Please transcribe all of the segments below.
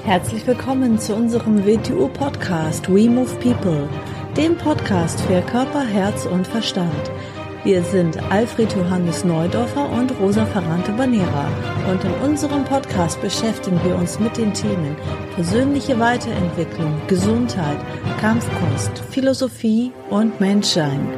Herzlich willkommen zu unserem WTU-Podcast We Move People, dem Podcast für Körper, Herz und Verstand. Wir sind Alfred Johannes Neudorfer und Rosa Ferrante-Banera und in unserem Podcast beschäftigen wir uns mit den Themen persönliche Weiterentwicklung, Gesundheit, Kampfkunst, Philosophie und Menschsein.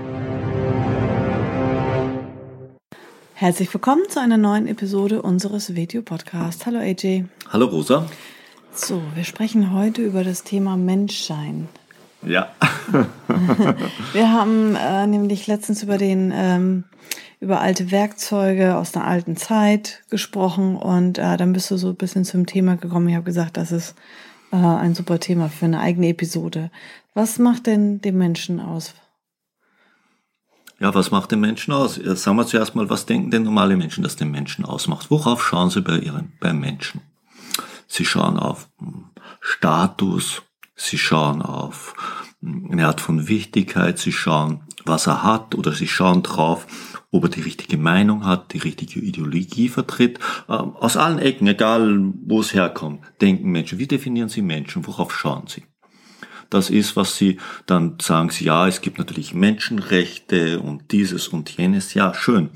Herzlich willkommen zu einer neuen Episode unseres WTU-Podcasts. Hallo AJ. Hallo Rosa. So, wir sprechen heute über das Thema Menschsein. Ja. Wir haben nämlich letztens über alte Werkzeuge aus einer alten Zeit gesprochen und dann bist du so ein bisschen zum Thema gekommen. Ich habe gesagt, das ist ein super Thema für eine eigene Episode. Was macht denn den Menschen aus? Ja, was macht den Menschen aus? Sagen wir zuerst mal, was denken denn normale Menschen, dass den Menschen ausmacht? Worauf schauen sie beim Menschen? Sie schauen auf Status, sie schauen auf eine Art von Wichtigkeit, sie schauen, was er hat, oder sie schauen drauf, ob er die richtige Meinung hat, die richtige Ideologie vertritt. Aus allen Ecken, egal wo es herkommt, denken Menschen. Wie definieren sie Menschen? Worauf schauen sie? Das ist, was sie dann sagen, sie, ja, es gibt natürlich Menschenrechte und dieses und jenes. Ja, schön.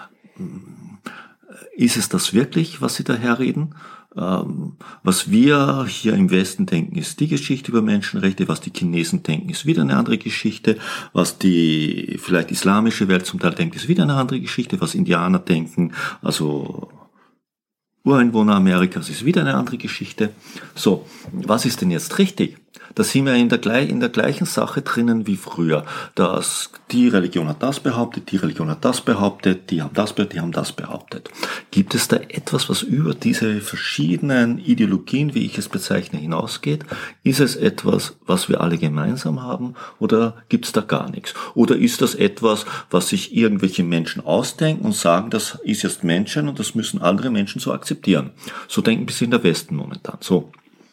Ist es das wirklich, was sie daherreden? Was wir hier im Westen denken, ist die Geschichte über Menschenrechte. Was die Chinesen denken, ist wieder eine andere Geschichte. Was die vielleicht islamische Welt zum Teil denkt, ist wieder eine andere Geschichte. Was Indianer denken, also Ureinwohner Amerikas, ist wieder eine andere Geschichte. So, was ist denn jetzt richtig? Da sind wir in der gleichen Sache drinnen wie früher. Dass die Religion hat das behauptet, die Religion hat das behauptet, die haben das behauptet. Gibt es da etwas, was über diese verschiedenen Ideologien, wie ich es bezeichne, hinausgeht? Ist es etwas, was wir alle gemeinsam haben, oder gibt es da gar nichts? Oder ist das etwas, was sich irgendwelche Menschen ausdenken und sagen, das ist jetzt Menschen und das müssen andere Menschen so akzeptieren? So denken wir in der Westen momentan. So.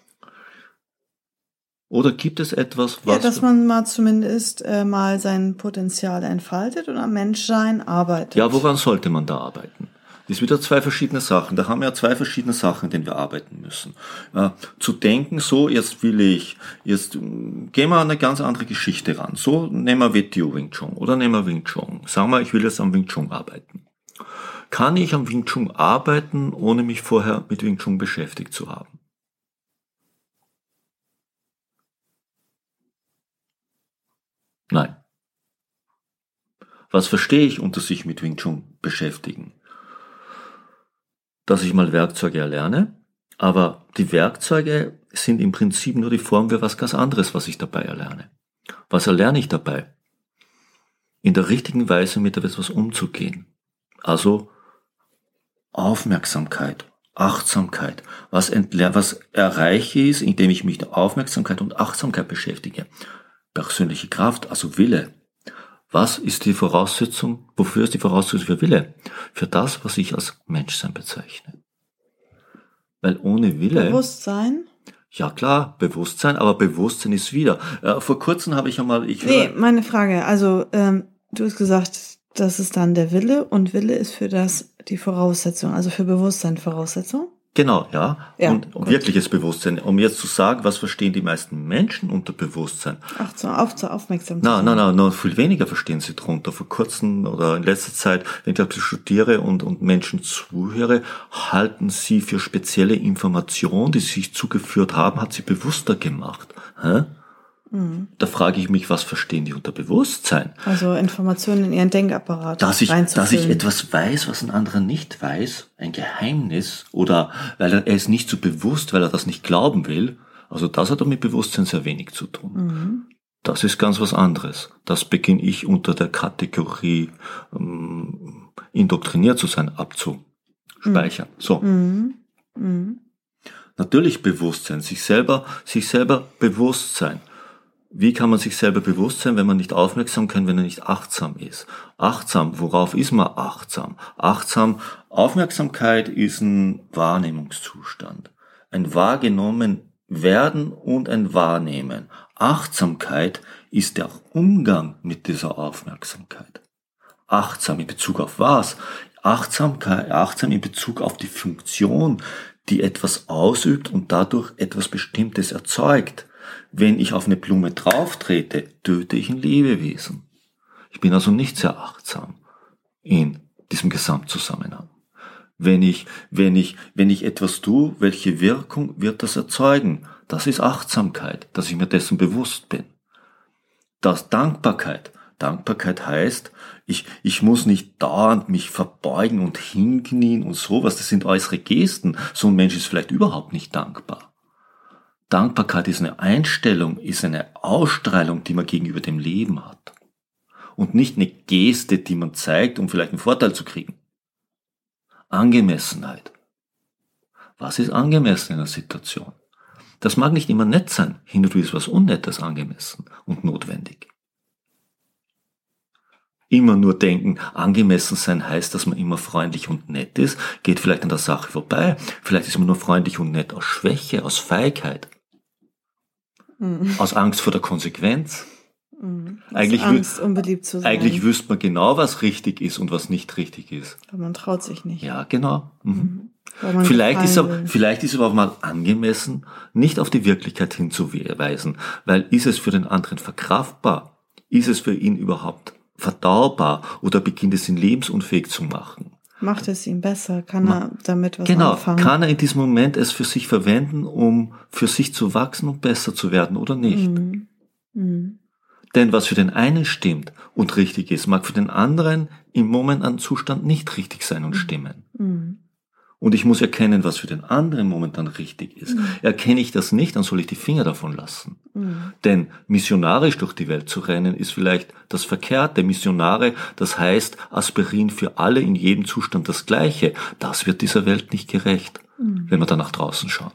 Oder gibt es etwas, was... Ja, dass man mal zumindest mal sein Potenzial entfaltet und am Menschsein arbeitet. Ja, woran sollte man da arbeiten? Das ist wieder zwei verschiedene Sachen. Da haben wir ja zwei verschiedene Sachen, an denen wir arbeiten müssen. Zu denken, so, jetzt gehen wir an eine ganz andere Geschichte ran. So, nehmen wir WTU Wing Chun oder nehmen wir Wing Chun. Sagen wir, ich will jetzt am Wing Chun arbeiten. Kann ich am Wing Chun arbeiten, ohne mich vorher mit Wing Chun beschäftigt zu haben? Nein. Was verstehe ich unter sich mit Wing Chun beschäftigen? Dass ich mal Werkzeuge erlerne, aber die Werkzeuge sind im Prinzip nur die Form für was ganz anderes, was ich dabei erlerne. Was erlerne ich dabei? In der richtigen Weise mit etwas umzugehen. Also Aufmerksamkeit, Achtsamkeit. Was erreiche ich, indem ich mich mit Aufmerksamkeit und Achtsamkeit beschäftige? Persönliche Kraft, also Wille. Was ist die Voraussetzung? Wofür ist die Voraussetzung für Wille? Für das, was ich als Menschsein bezeichne. Weil ohne Wille... Bewusstsein? Ja klar, Bewusstsein, aber Bewusstsein ist wieder. Vor kurzem habe ich einmal... meine Frage, also du hast gesagt, das ist dann der Wille und Wille ist für das die Voraussetzung, also für Bewusstsein Voraussetzung? Genau, ja. Und wirkliches Bewusstsein. Um jetzt zu sagen, was verstehen die meisten Menschen unter Bewusstsein? Ach, zur Aufmerksamkeit. Nein, noch viel weniger verstehen sie drunter. Vor kurzem oder in letzter Zeit, wenn ich studiere und Menschen zuhöre, halten sie für spezielle Informationen, die sie sich zugeführt haben, hat sie bewusster gemacht. Hä? Da frage ich mich, was verstehen die unter Bewusstsein? Also Informationen in ihren Denkapparat. Dass ich etwas weiß, was ein anderer nicht weiß, ein Geheimnis, oder weil er es nicht so bewusst, weil er das nicht glauben will, also das hat mit Bewusstsein sehr wenig zu tun. Mhm. Das ist ganz was anderes. Das beginne ich unter der Kategorie indoktriniert zu sein, abzuspeichern. So. Natürlich Bewusstsein, sich selber bewusst sein. Wie kann man sich selber bewusst sein, wenn man nicht aufmerksam kann, wenn er nicht achtsam ist? Achtsam, worauf ist man achtsam? Aufmerksamkeit ist ein Wahrnehmungszustand. Ein wahrgenommen werden und ein Wahrnehmen. Achtsamkeit ist der Umgang mit dieser Aufmerksamkeit. Achtsam in Bezug auf was? Achtsam in Bezug auf die Funktion, die etwas ausübt und dadurch etwas Bestimmtes erzeugt. Wenn ich auf eine Blume drauftrete, töte ich ein Lebewesen. Ich bin also nicht sehr achtsam in diesem Gesamtzusammenhang. Wenn ich etwas tue, welche Wirkung wird das erzeugen? Das ist Achtsamkeit, dass ich mir dessen bewusst bin. Das Dankbarkeit. Dankbarkeit heißt, ich muss nicht dauernd mich verbeugen und hinknien und sowas. Das sind äußere Gesten. So ein Mensch ist vielleicht überhaupt nicht dankbar. Dankbarkeit ist eine Einstellung, ist eine Ausstrahlung, die man gegenüber dem Leben hat. Und nicht eine Geste, die man zeigt, um vielleicht einen Vorteil zu kriegen. Angemessenheit. Was ist angemessen in einer Situation? Das mag nicht immer nett sein. Hin und wieder ist was Unnettes angemessen und notwendig. Immer nur denken, angemessen sein heißt, dass man immer freundlich und nett ist, geht vielleicht an der Sache vorbei. Vielleicht ist man nur freundlich und nett aus Schwäche, aus Feigheit, aus Angst vor der Konsequenz. Eigentlich, Angst, unbeliebt zu sein. Eigentlich wüsste man genau, was richtig ist und was nicht richtig ist. Aber man traut sich nicht. Ja, genau. Vielleicht ist aber auch mal angemessen, nicht auf die Wirklichkeit hinzuweisen, weil ist es für den anderen verkraftbar? Ist es für ihn überhaupt verdaubar oder beginnt es ihn lebensunfähig zu machen? Macht es ihm besser? Kann er damit was Genau, anfangen? kann er in diesem Moment es für sich verwenden, um für sich zu wachsen und besser zu werden oder nicht? Denn was für den einen stimmt und richtig ist, mag für den anderen im momentanen Zustand nicht richtig sein und stimmen. Und ich muss erkennen, was für den anderen momentan richtig ist. Erkenne ich das nicht, dann soll ich die Finger davon lassen. Denn missionarisch durch die Welt zu rennen, ist vielleicht das Verkehrte. Missionare, das heißt Aspirin für alle in jedem Zustand das Gleiche. Das wird dieser Welt nicht gerecht, wenn wir da nach draußen schauen.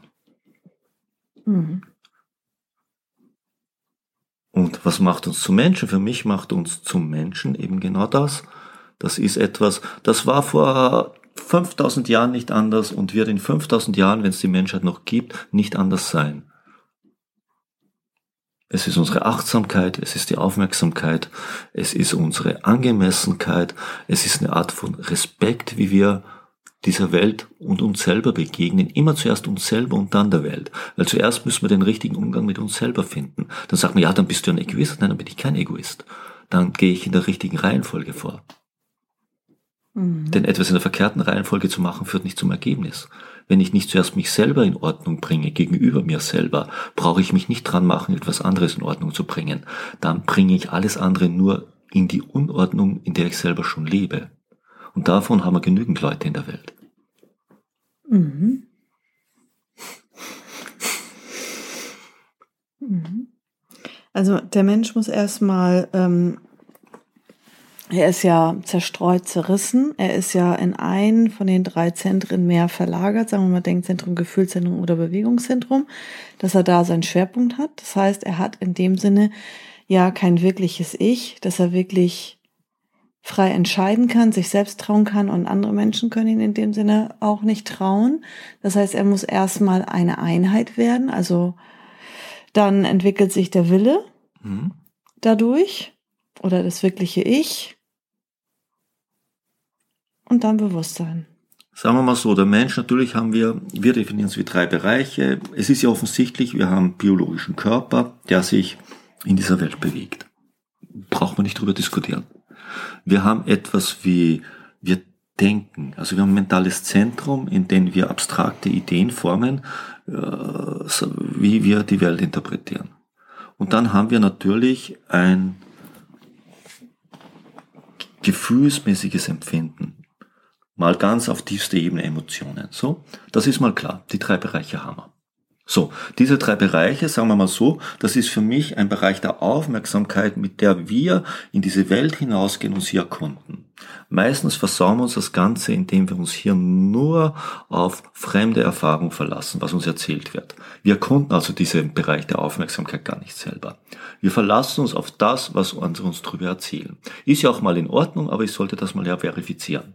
Und was macht uns zu Menschen? Für mich macht uns zum Menschen eben genau das. Das ist etwas, das war vor 5000 Jahren nicht anders und wird in 5000 Jahren, wenn es die Menschheit noch gibt, nicht anders sein. Es ist unsere Achtsamkeit, es ist die Aufmerksamkeit, es ist unsere Angemessenheit, es ist eine Art von Respekt, wie wir dieser Welt und uns selber begegnen. Immer zuerst uns selber und dann der Welt. Weil zuerst müssen wir den richtigen Umgang mit uns selber finden. Dann sagt man, ja, dann bist du ein Egoist. Nein, dann bin ich kein Egoist. Dann gehe ich in der richtigen Reihenfolge vor. Denn etwas in der verkehrten Reihenfolge zu machen, führt nicht zum Ergebnis. Wenn ich nicht zuerst mich selber in Ordnung bringe, gegenüber mir selber, brauche ich mich nicht dran machen, etwas anderes in Ordnung zu bringen. Dann bringe ich alles andere nur in die Unordnung, in der ich selber schon lebe. Und davon haben wir genügend Leute in der Welt. Also der Mensch muss erstmal, er ist ja zerstreut, zerrissen, er ist ja in einen von den 3 Zentren mehr verlagert, sagen wir mal Denkzentrum, Gefühlszentrum oder Bewegungszentrum, dass er da seinen Schwerpunkt hat. Das heißt, er hat in dem Sinne ja kein wirkliches Ich, dass er wirklich frei entscheiden kann, sich selbst trauen kann und andere Menschen können ihn in dem Sinne auch nicht trauen. Das heißt, er muss erstmal eine Einheit werden, also dann entwickelt sich der Wille dadurch oder das wirkliche Ich und dann Bewusstsein. Sagen wir mal so, der Mensch, natürlich wir definieren es wie 3 Bereiche. Es ist ja offensichtlich, wir haben einen biologischen Körper, der sich in dieser Welt bewegt. Braucht man nicht drüber diskutieren. Wir haben etwas wie, wir denken, also wir haben ein mentales Zentrum, in dem wir abstrakte Ideen formen, wie wir die Welt interpretieren. Und dann haben wir natürlich ein gefühlsmäßiges Empfinden. Mal ganz auf tiefste Ebene Emotionen. So, das ist mal klar. Die 3 Bereiche haben wir. So, diese 3 Bereiche, sagen wir mal so, das ist für mich ein Bereich der Aufmerksamkeit, mit der wir in diese Welt hinausgehen und sie erkunden. Meistens versauen wir uns das Ganze, indem wir uns hier nur auf fremde Erfahrung verlassen, was uns erzählt wird. Wir erkunden also diesen Bereich der Aufmerksamkeit gar nicht selber. Wir verlassen uns auf das, was andere uns darüber erzählen. Ist ja auch mal in Ordnung, aber ich sollte das mal ja verifizieren.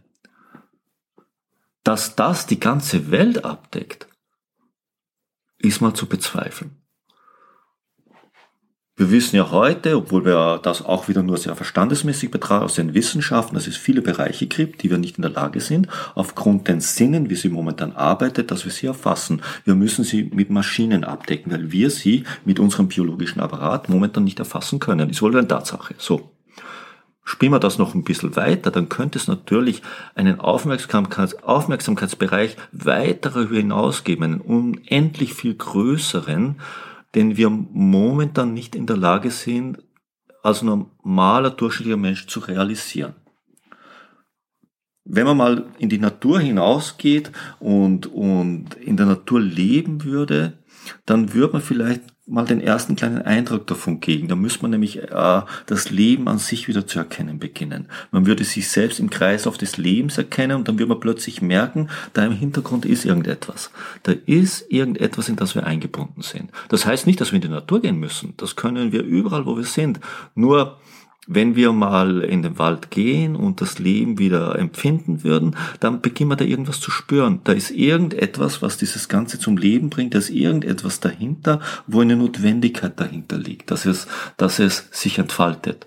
Dass das die ganze Welt abdeckt, ist mal zu bezweifeln. Wir wissen ja heute, obwohl wir das auch wieder nur sehr verstandesmäßig betrachten, aus den Wissenschaften, dass es viele Bereiche gibt, die wir nicht in der Lage sind, aufgrund den Sinnen, wie sie momentan arbeitet, dass wir sie erfassen. Wir müssen sie mit Maschinen abdecken, weil wir sie mit unserem biologischen Apparat momentan nicht erfassen können. Ist wohl eine Tatsache. So. Spielen wir das noch ein bisschen weiter, dann könnte es natürlich einen Aufmerksamkeitsbereich weit darüber hinaus geben, einen unendlich viel größeren, den wir momentan nicht in der Lage sind, als normaler, durchschnittlicher Mensch zu realisieren. Wenn man mal in die Natur hinausgeht und in der Natur leben würde, dann würde man vielleicht mal den ersten kleinen Eindruck davon kriegen. Da müsste man nämlich das Leben an sich wieder zu erkennen beginnen. Man würde sich selbst im Kreislauf des Lebens erkennen und dann würde man plötzlich merken, da im Hintergrund ist irgendetwas. Da ist irgendetwas, in das wir eingebunden sind. Das heißt nicht, dass wir in die Natur gehen müssen. Das können wir überall, wo wir sind. Nur wenn wir mal in den Wald gehen und das Leben wieder empfinden würden, dann beginnen wir da irgendwas zu spüren. Da ist irgendetwas, was dieses Ganze zum Leben bringt. Da ist irgendetwas dahinter, wo eine Notwendigkeit dahinter liegt, dass es sich entfaltet.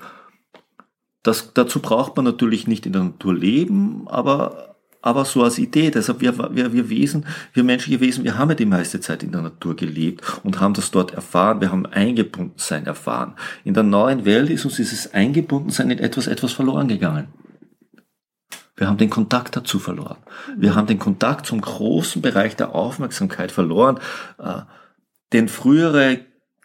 Dazu braucht man natürlich nicht in der Natur leben, aber so als Idee. Deshalb wir menschliche Wesen, wir haben ja die meiste Zeit in der Natur gelebt und haben das dort erfahren. Wir haben Eingebundensein erfahren. In der neuen Welt ist uns dieses Eingebundensein in etwas verloren gegangen. Wir haben den Kontakt dazu verloren. Wir haben den Kontakt zum großen Bereich der Aufmerksamkeit verloren, den frühere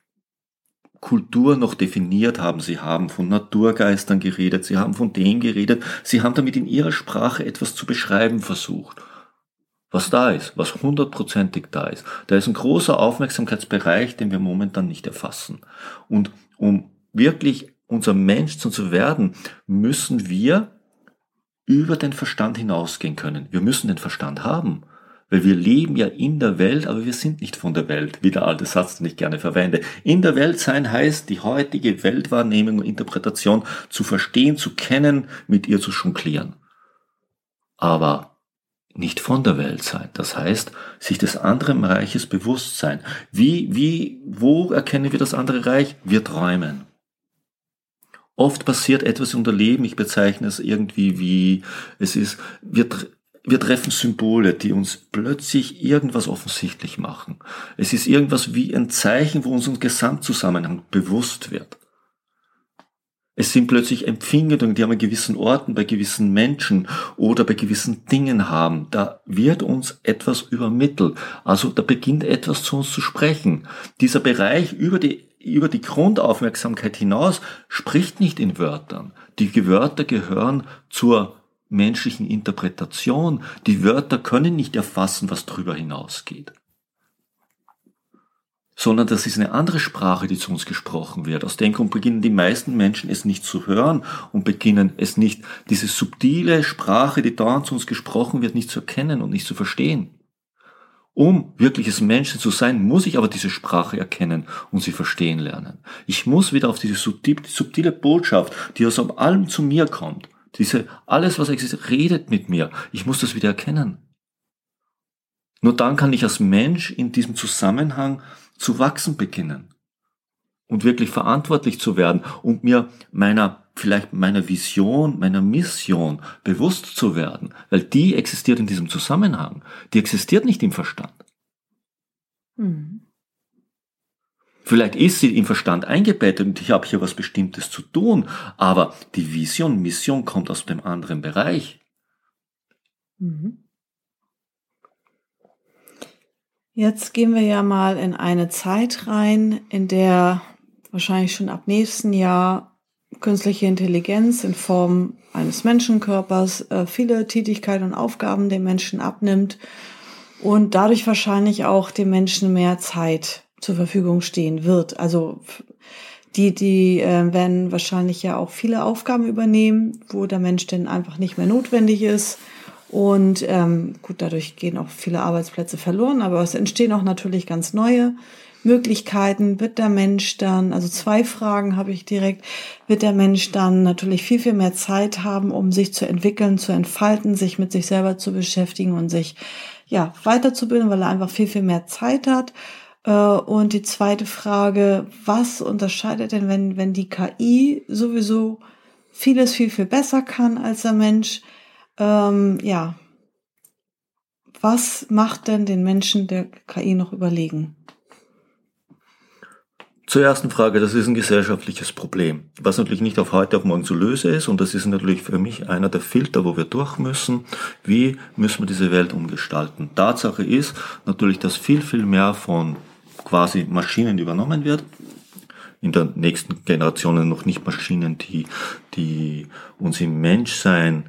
Kultur noch definiert haben. Sie haben von Naturgeistern geredet, sie haben von dem geredet, sie haben damit in ihrer Sprache etwas zu beschreiben versucht. Was da ist, was 100%ig da ist. Da ist ein großer Aufmerksamkeitsbereich, den wir momentan nicht erfassen. Und um wirklich unser Mensch zu werden, müssen wir über den Verstand hinausgehen können. Wir müssen den Verstand haben. Weil wir leben ja in der Welt, aber wir sind nicht von der Welt, wie der alte Satz, den ich gerne verwende. In der Welt sein heißt, die heutige Weltwahrnehmung und Interpretation zu verstehen, zu kennen, mit ihr zu jonglieren. Aber nicht von der Welt sein. Das heißt, sich des anderen Reiches bewusst sein. Wo erkennen wir das andere Reich? Wir träumen. Oft passiert etwas in unser Leben, ich bezeichne es irgendwie wie, wir treffen Symbole, die uns plötzlich irgendwas offensichtlich machen. Es ist irgendwas wie ein Zeichen, wo uns ein Gesamtzusammenhang bewusst wird. Es sind plötzlich Empfindungen, die an gewissen Orten, bei gewissen Menschen oder bei gewissen Dingen haben. Da wird uns etwas übermittelt. Also da beginnt etwas zu uns zu sprechen. Dieser Bereich über die Grundaufmerksamkeit hinaus spricht nicht in Wörtern. Die Wörter gehören zur menschlichen Interpretation. Die Wörter können nicht erfassen, was drüber hinausgeht. Sondern das ist eine andere Sprache, die zu uns gesprochen wird. Aus dem Grund beginnen die meisten Menschen es nicht zu hören und beginnen es nicht, diese subtile Sprache, die dauernd zu uns gesprochen wird, nicht zu erkennen und nicht zu verstehen. Um wirkliches Menschen zu sein, muss ich aber diese Sprache erkennen und sie verstehen lernen. Ich muss wieder auf diese subtile Botschaft, die aus allem zu mir kommt, alles, was existiert, redet mit mir. Ich muss das wieder erkennen. Nur dann kann ich als Mensch in diesem Zusammenhang zu wachsen beginnen und wirklich verantwortlich zu werden und mir meiner Vision, meiner Mission bewusst zu werden, weil die existiert in diesem Zusammenhang. Die existiert nicht im Verstand. Vielleicht ist sie im Verstand eingebettet und ich habe hier was Bestimmtes zu tun, aber die Mission kommt aus dem anderen Bereich. Jetzt gehen wir ja mal in eine Zeit rein, in der wahrscheinlich schon ab nächsten Jahr künstliche Intelligenz in Form eines Menschenkörpers viele Tätigkeiten und Aufgaben den Menschen abnimmt und dadurch wahrscheinlich auch dem Menschen mehr Zeit zur Verfügung stehen wird. Also die werden wahrscheinlich ja auch viele Aufgaben übernehmen, wo der Mensch dann einfach nicht mehr notwendig ist. Und gut, dadurch gehen auch viele Arbeitsplätze verloren, aber es entstehen auch natürlich ganz neue Möglichkeiten. Wird der Mensch dann, also 2 Fragen habe ich direkt, wird der Mensch dann natürlich viel, viel mehr Zeit haben, um sich zu entwickeln, zu entfalten, sich mit sich selber zu beschäftigen und sich weiterzubilden, weil er einfach viel, viel mehr Zeit hat. Und die zweite Frage, was unterscheidet denn, wenn die KI sowieso vieles viel, viel besser kann als der Mensch? Ja, was macht denn den Menschen der KI noch überlegen? Zur ersten Frage, das ist ein gesellschaftliches Problem, was natürlich nicht auf heute auf morgen zu lösen ist, und das ist natürlich für mich einer der Filter, wo wir durch müssen. Wie müssen wir diese Welt umgestalten? Tatsache ist natürlich, dass viel, viel mehr von quasi Maschinen übernommen wird. In der nächsten Generationen noch nicht Maschinen, die uns im Menschsein,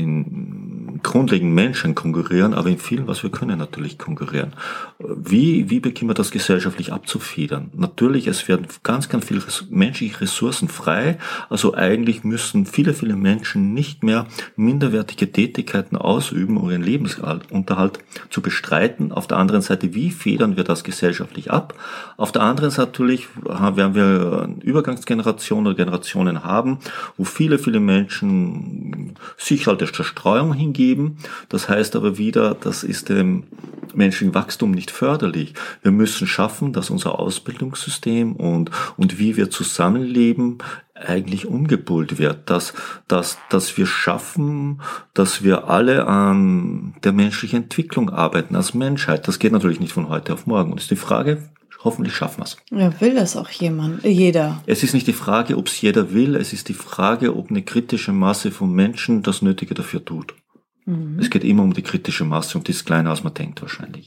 in grundlegenden Menschen konkurrieren, aber in vielen, was wir können, natürlich konkurrieren. Wie bekommen wir das gesellschaftlich abzufedern? Natürlich, es werden ganz, ganz viele menschliche Ressourcen frei, also eigentlich müssen viele, viele Menschen nicht mehr minderwertige Tätigkeiten ausüben, um ihren Lebensunterhalt zu bestreiten. Auf der anderen Seite, wie federn wir das gesellschaftlich ab? Auf der anderen Seite natürlich werden wir eine Übergangsgeneration oder Generationen haben, wo viele, viele Menschen sich halt der Zerstreuung hingeben. Das heißt aber wieder, das ist dem menschlichen Wachstum nicht förderlich. Wir müssen schaffen, dass unser Ausbildungssystem und wie wir zusammenleben eigentlich umgepolt wird, dass wir schaffen, dass wir alle an der menschlichen Entwicklung arbeiten als Menschheit. Das geht natürlich nicht von heute auf morgen. Und ist die Frage, hoffentlich schaffen wir es. Ja, will das auch jeder? Es ist nicht die Frage, ob es jeder will, es ist die Frage, ob eine kritische Masse von Menschen das Nötige dafür tut. Mhm. Es geht immer um die kritische Masse und die ist kleiner, als man denkt wahrscheinlich.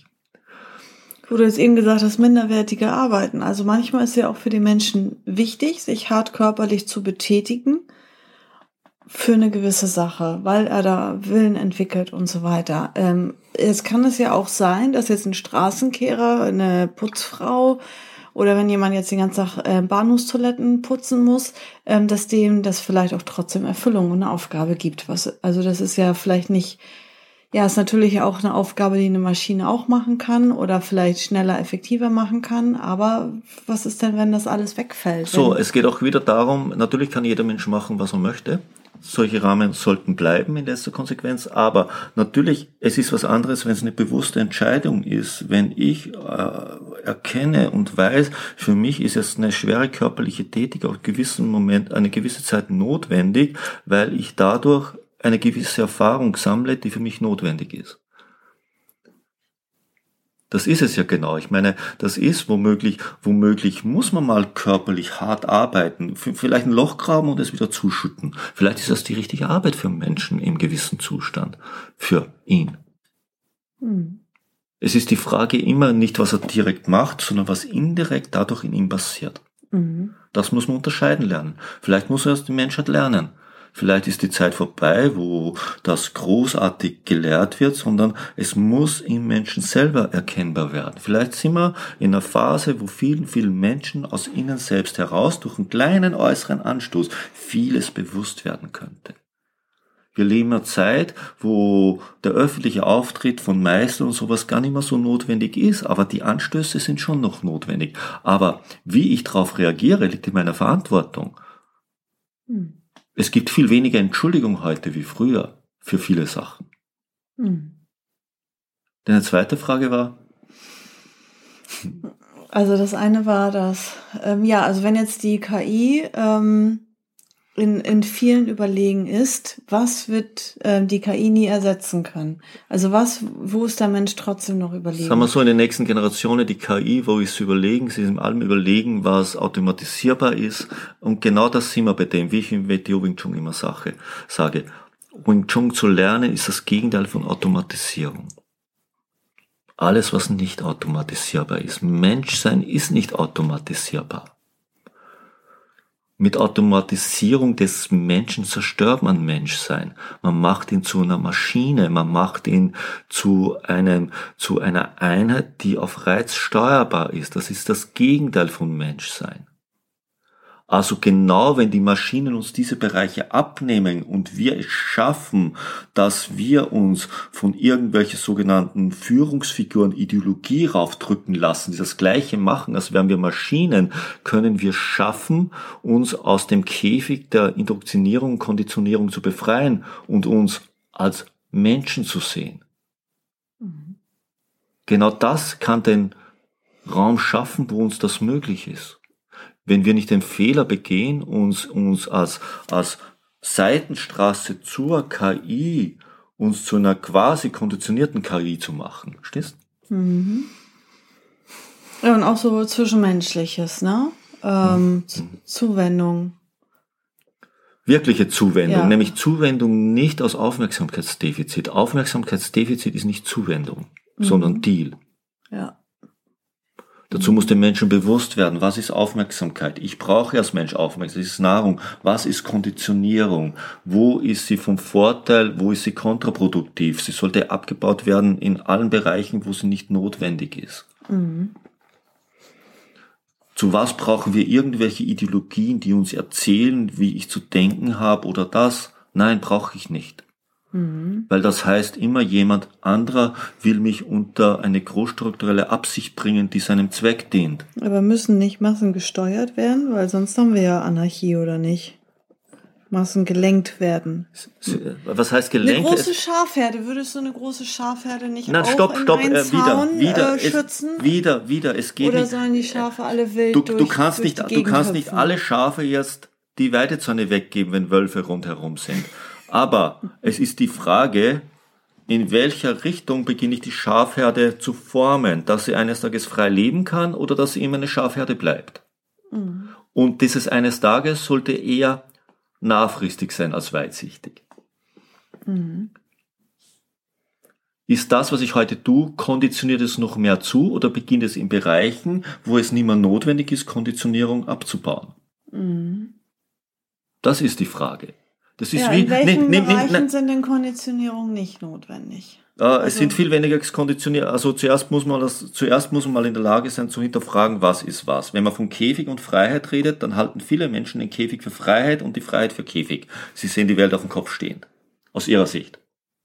Du hast eben gesagt, das minderwertige Arbeiten. Also manchmal ist ja auch für die Menschen wichtig, sich hart körperlich zu betätigen für eine gewisse Sache, weil er da Willen entwickelt und so weiter. Jetzt kann es ja auch sein, dass jetzt ein Straßenkehrer, eine Putzfrau oder wenn jemand jetzt den ganzen Tag Bahnhofstoiletten putzen muss, dass dem das vielleicht auch trotzdem Erfüllung und eine Aufgabe gibt. Also das ist ja vielleicht nicht, ja, ist natürlich auch eine Aufgabe, die eine Maschine auch machen kann oder vielleicht schneller, effektiver machen kann. Aber was ist denn, wenn das alles wegfällt? So, es geht auch wieder darum, natürlich kann jeder Mensch machen, was er möchte. Solche Rahmen sollten bleiben in letzter Konsequenz, aber natürlich, es ist was anderes, wenn es eine bewusste Entscheidung ist, wenn ich erkenne und weiß, für mich ist jetzt eine schwere körperliche Tätigkeit auf einen gewissen Moment, eine gewisse Zeit notwendig, weil ich dadurch eine gewisse Erfahrung sammle, die für mich notwendig ist. Das ist es ja genau. Ich meine, das ist womöglich muss man mal körperlich hart arbeiten, vielleicht ein Loch graben und es wieder zuschütten. Vielleicht ist das die richtige Arbeit für einen Menschen im gewissen Zustand, für ihn. Es ist die Frage immer nicht, was er direkt macht, sondern was indirekt dadurch in ihm passiert. Das muss man unterscheiden lernen. Vielleicht muss er es die Menschheit lernen. Vielleicht ist die Zeit vorbei, wo das großartig gelehrt wird, sondern es muss im Menschen selber erkennbar werden. Vielleicht sind wir in einer Phase, wo vielen, vielen Menschen aus innen selbst heraus durch einen kleinen äußeren Anstoß vieles bewusst werden könnte. Wir leben in einer Zeit, wo der öffentliche Auftritt von Meistern und sowas gar nicht mehr so notwendig ist, aber die Anstöße sind schon noch notwendig. Aber wie ich darauf reagiere, liegt in meiner Verantwortung. Es gibt viel weniger Entschuldigung heute wie früher für viele Sachen. Deine zweite Frage war? Also das eine war das, also wenn jetzt die KI in vielen überlegen ist, was wird die KI nie ersetzen können? Also wo ist der Mensch trotzdem noch überlegen? Sagen wir so, in den nächsten Generationen die KI, wo ist überlegen, sie ist in allem überlegen, was automatisierbar ist. Und genau das sind wir bei dem, wie ich im WTO Wing Chun immer sage. Wing Chun zu lernen ist das Gegenteil von Automatisierung. Alles, was nicht automatisierbar ist. Menschsein ist nicht automatisierbar. Mit Automatisierung des Menschen zerstört man Menschsein. Man macht ihn zu einer Maschine, man macht ihn zu einer Einheit, die auf Reiz steuerbar ist. Das ist das Gegenteil von Menschsein. Also genau, wenn die Maschinen uns diese Bereiche abnehmen und wir es schaffen, dass wir uns von irgendwelchen sogenannten Führungsfiguren Ideologie raufdrücken lassen, die das Gleiche machen, als wären wir Maschinen, können wir schaffen, uns aus dem Käfig der Indoktrinierung und Konditionierung zu befreien und uns als Menschen zu sehen. Genau das kann den Raum schaffen, wo uns das möglich ist. Wenn wir nicht den Fehler begehen, uns als Seitenstraße zur KI, uns zu einer quasi konditionierten KI zu machen. Verstehst? Mhm. Ja, und auch so Zwischenmenschliches, ne? Zuwendung. Wirkliche Zuwendung, Ja. nämlich Zuwendung nicht aus Aufmerksamkeitsdefizit. Aufmerksamkeitsdefizit ist nicht Zuwendung, sondern Deal. Ja. Dazu muss dem Menschen bewusst werden, was ist Aufmerksamkeit? Ich brauche als Mensch Aufmerksamkeit, das ist Nahrung. Was ist Konditionierung? Wo ist sie vom Vorteil, wo ist sie kontraproduktiv? Sie sollte abgebaut werden in allen Bereichen, wo sie nicht notwendig ist. Mhm. Zu was brauchen wir irgendwelche Ideologien, die uns erzählen, wie ich zu denken habe oder das? Nein, brauche ich nicht. Weil das heißt, immer jemand anderer will mich unter eine großstrukturelle Absicht bringen, die seinem Zweck dient. Aber müssen nicht Massen gesteuert werden, weil sonst haben wir ja Anarchie, oder nicht? Massen gelenkt werden. Was heißt Eine gelenkt? große Schafherde, würdest du eine große Schafherde nicht Nein, auch stopp, in einen Zaun schützen? Es geht Oder nicht. sollen die Schafe alle wild Du kannst durch die nicht Gegend hüpfen? alle Schafe jetzt die Weidezäune weggeben, wenn Wölfe rundherum sind. Aber es ist die Frage, in welcher Richtung beginne ich die Schafherde zu formen, dass sie eines Tages frei leben kann oder dass sie immer eine Schafherde bleibt. Und dieses eines Tages sollte eher nahfristig sein als weitsichtig. Ist das, was ich heute tue, konditioniert es noch mehr zu oder beginnt es in Bereichen, wo es nicht mehr notwendig ist, Konditionierung abzubauen? Das ist die Frage. Das ist Ja, wie, in welchen Bereichen sind denn Konditionierungen nicht notwendig? Es sind viel weniger konditioniert. Also zuerst muss man mal in der Lage sein zu hinterfragen, was ist was. Wenn man von Käfig und Freiheit redet, dann halten viele Menschen den Käfig für Freiheit und die Freiheit für Käfig. Sie sehen die Welt auf dem Kopf stehend. Aus ihrer Sicht.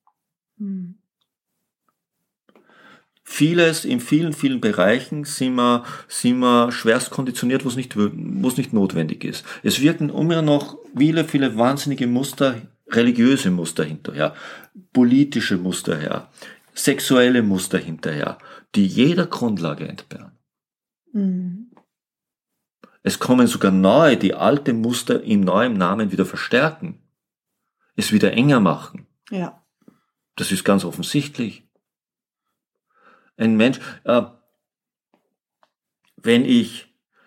In vielen Bereichen sind wir schwerst konditioniert, wo es nicht notwendig ist. Es wirken immer noch viele wahnsinnige Muster, religiöse Muster hinterher, politische Muster her, sexuelle Muster hinterher, die jeder Grundlage entbehren. Es kommen sogar neue, die alte Muster in neuem Namen wieder verstärken, es wieder enger machen. Ja. Das ist ganz offensichtlich. Ein Mensch, wenn ich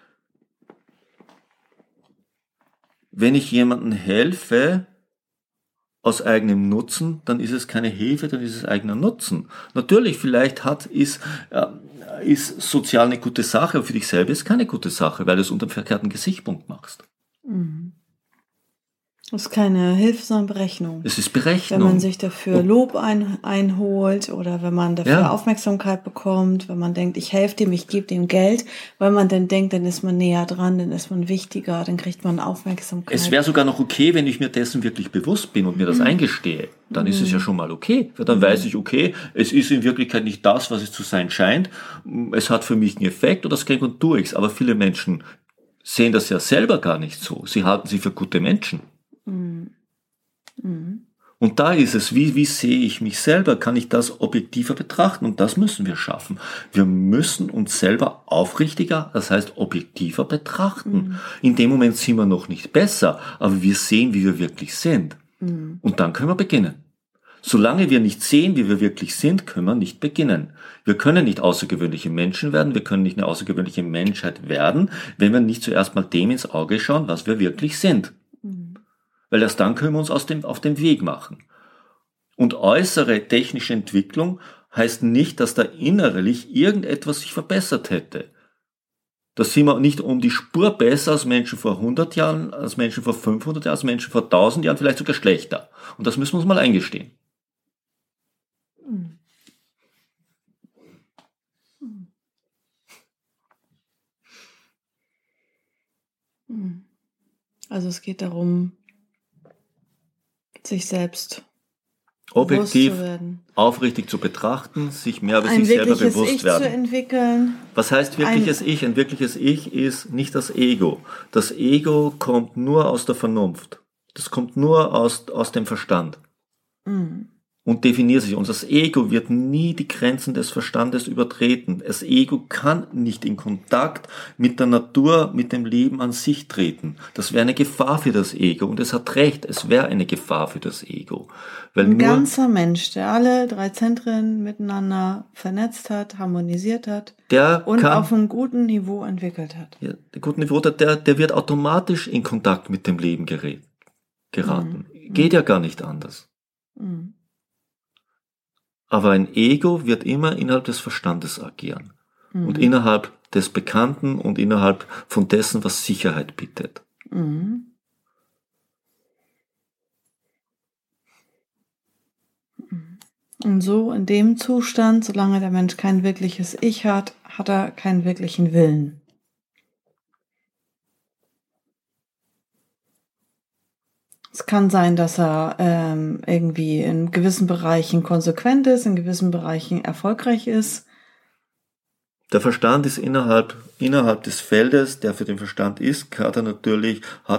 jemandem helfe aus eigenem Nutzen, dann ist es keine Hilfe, dann ist es eigener Nutzen. Natürlich, vielleicht ist sozial eine gute Sache, aber für dich selber ist es keine gute Sache, weil du es unter dem verkehrten Gesichtspunkt machst. Das ist keine Hilfe, sondern Berechnung. Es ist Berechnung. Wenn man sich dafür Lob einholt oder wenn man dafür Aufmerksamkeit bekommt, wenn man denkt, ich helfe dem, ich gebe dem Geld, weil man dann denkt, dann ist man näher dran, dann ist man wichtiger, dann kriegt man Aufmerksamkeit. Es wäre sogar noch okay, wenn ich mir dessen wirklich bewusst bin und mir das eingestehe. Dann ist es ja schon mal okay. Weil dann weiß ich, okay, es ist in Wirklichkeit nicht das, was es zu sein scheint. Es hat für mich einen Effekt oder das kriege und tue ich's. Aber viele Menschen sehen das ja selber gar nicht so. Sie halten sie für gute Menschen. Und da ist es, wie sehe ich mich selber? Kann ich das objektiver betrachten? Und das müssen wir schaffen. Wir müssen uns selber aufrichtiger, das heißt objektiver betrachten. In dem Moment sind wir noch nicht besser, aber wir sehen, wie wir wirklich sind. Und dann können wir beginnen. Solange wir nicht sehen, wie wir wirklich sind, können wir nicht beginnen. Wir können nicht außergewöhnliche Menschen werden, wir können nicht eine außergewöhnliche Menschheit werden, wenn wir nicht zuerst mal dem ins Auge schauen, was wir wirklich sind. Weil erst dann können wir uns auf den Weg machen. Und äußere technische Entwicklung heißt nicht, dass da innerlich irgendetwas sich verbessert hätte. Da sind wir nicht um die Spur besser als Menschen vor 100 Jahren, als Menschen vor 500 Jahren, als Menschen vor 1000 Jahren, vielleicht sogar schlechter. Und das müssen wir uns mal eingestehen. Also es geht darum, sich selbst objektiv, bewusst zu werden. aufrichtig zu betrachten, sich mehr über Ein sich selber wirkliches bewusst Ich werden. zu entwickeln. Was heißt wirkliches Ich? Ein wirkliches Ich ist nicht das Ego. Das Ego kommt nur aus der Vernunft. Das kommt nur aus dem Verstand. und definiert sich. Und das Ego wird nie die Grenzen des Verstandes übertreten. Das Ego kann nicht in Kontakt mit der Natur, mit dem Leben an sich treten. Das wäre eine Gefahr für das Ego. Und es hat recht, es wäre eine Gefahr für das Ego. Weil ein ganzer Mensch, der alle 3 Zentren miteinander vernetzt hat, harmonisiert hat und auf einem guten Niveau entwickelt hat. Ja, der guten Niveau, der wird automatisch in Kontakt mit dem Leben geraten. Geht ja gar nicht anders. Aber ein Ego wird immer innerhalb des Verstandes agieren. Und innerhalb des Bekannten und innerhalb von dessen, was Sicherheit bietet. Und so in dem Zustand, solange der Mensch kein wirkliches Ich hat, hat er keinen wirklichen Willen. Es kann sein, dass er irgendwie in gewissen Bereichen konsequent ist, in gewissen Bereichen erfolgreich ist. Der Verstand ist innerhalb des Feldes, der für den Verstand ist, hat er natürlich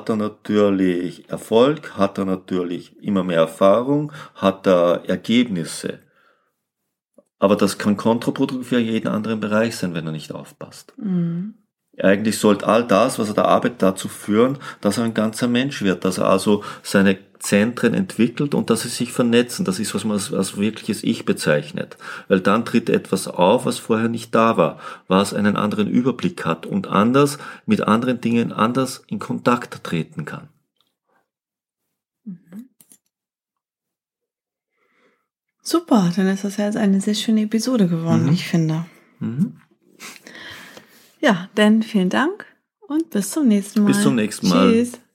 Erfolg, hat er natürlich immer mehr Erfahrung, hat er Ergebnisse. Aber das kann kontraproduktiv für jeden anderen Bereich sein, wenn er nicht aufpasst. Eigentlich sollte all das, was er da arbeitet, dazu führen, dass er ein ganzer Mensch wird, dass er also seine Zentren entwickelt und dass sie sich vernetzen. Das ist, was man als wirkliches Ich bezeichnet. Weil dann tritt etwas auf, was vorher nicht da war, was einen anderen Überblick hat und mit anderen Dingen anders in Kontakt treten kann. Super, dann ist das ja jetzt eine sehr schöne Episode geworden, ich finde. Ja, dann vielen Dank und bis zum nächsten Mal. Bis zum nächsten Mal. Tschüss.